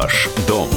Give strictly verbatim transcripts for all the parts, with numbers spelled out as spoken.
Ваш дом.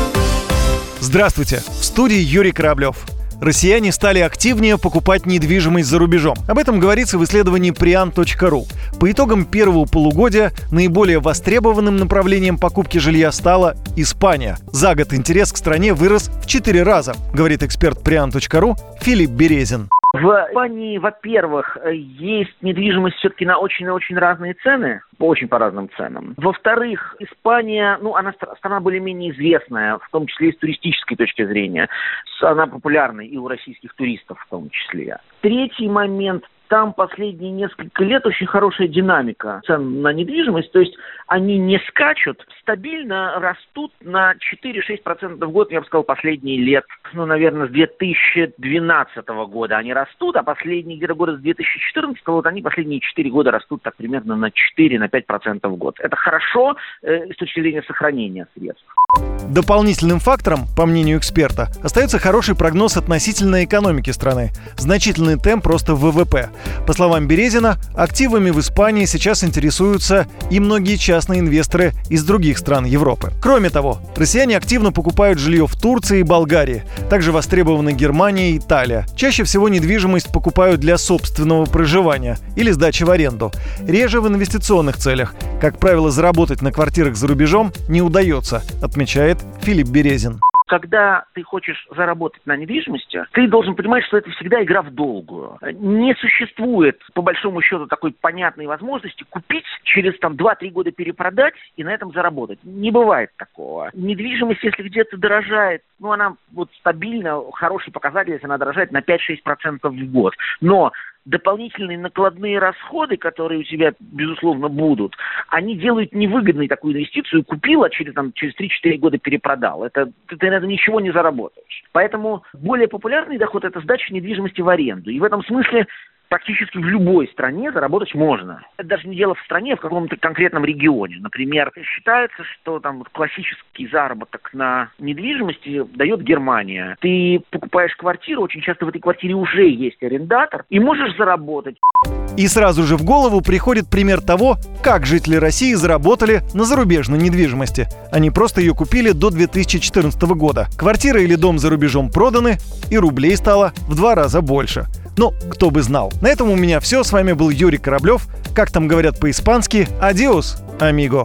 Здравствуйте, в студии Юрий Кораблев. Россияне стали активнее покупать недвижимость за рубежом. Об этом говорится в исследовании приан точка ру. По итогам первого полугодия наиболее востребованным направлением покупки жилья стала Испания. За год интерес к стране вырос в четыре раза, говорит эксперт приан точка ру Филипп Березин. В Испании, во-первых, есть недвижимость все-таки на очень-очень разные цены, очень по разным ценам. Во-вторых, Испания, ну, она страна более-менее известная, в том числе и с туристической точки зрения. Она популярна и у российских туристов в том числе. Третий момент. Там последние несколько лет очень хорошая динамика цен на недвижимость. То есть они не скачут, стабильно растут на четыре-шесть процентов в год, я бы сказал, последние лет. Ну, наверное, с две тысячи двенадцатого года они растут, а последние где-то года с две тысячи четырнадцатого, вот они последние четыре года растут так примерно на четыре-пять процентов в год. Это хорошо э, с точки зрения сохранения средств. Дополнительным фактором, по мнению эксперта, остается хороший прогноз относительно экономики страны. Значительный темп роста вэ вэ пэ. По словам Березина, активами в Испании сейчас интересуются и многие частные инвесторы из других стран Европы. Кроме того, россияне активно покупают жилье в Турции и Болгарии. Также востребованы Германия и Италия. Чаще всего недвижимость покупают для собственного проживания или сдачи в аренду. Реже в инвестиционных целях. Как правило, заработать на квартирах за рубежом не удается, отмечает Филипп Березин. Когда ты хочешь заработать на недвижимости, ты должен понимать, что это всегда игра в долгую. Не существует, по большому счету, такой понятной возможности купить, через там два-три года перепродать и на этом заработать. Не бывает такого. Недвижимость, если где-то дорожает, ну, она вот стабильно, хороший показатель, если она дорожает на пять-шесть процентов в год. Но дополнительные накладные расходы, которые у тебя, безусловно, будут, они делают невыгодной такую инвестицию. Купил, а через, там, через три-четыре года перепродал. Это, ты на это ничего не заработаешь. Поэтому более популярный доход – это сдача недвижимости в аренду. И в этом смысле практически в любой стране заработать можно. Это даже не дело в стране, а в каком-то конкретном регионе. Например, считается, что там классический заработок на недвижимости дает Германия. Ты покупаешь квартиру, очень часто в этой квартире уже есть арендатор, и можешь заработать. И сразу же в голову приходит пример того, как жители России заработали на зарубежной недвижимости. Они просто ее купили до две тысячи четырнадцатого года. Квартира или дом за рубежом проданы, и рублей стало в два раза больше. Ну, кто бы знал. На этом у меня все. С вами был Юрий Кораблев. Как там говорят по-испански, адиос, амиго.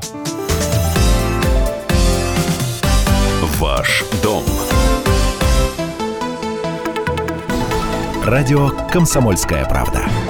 Ваш дом. Радио «Комсомольская правда».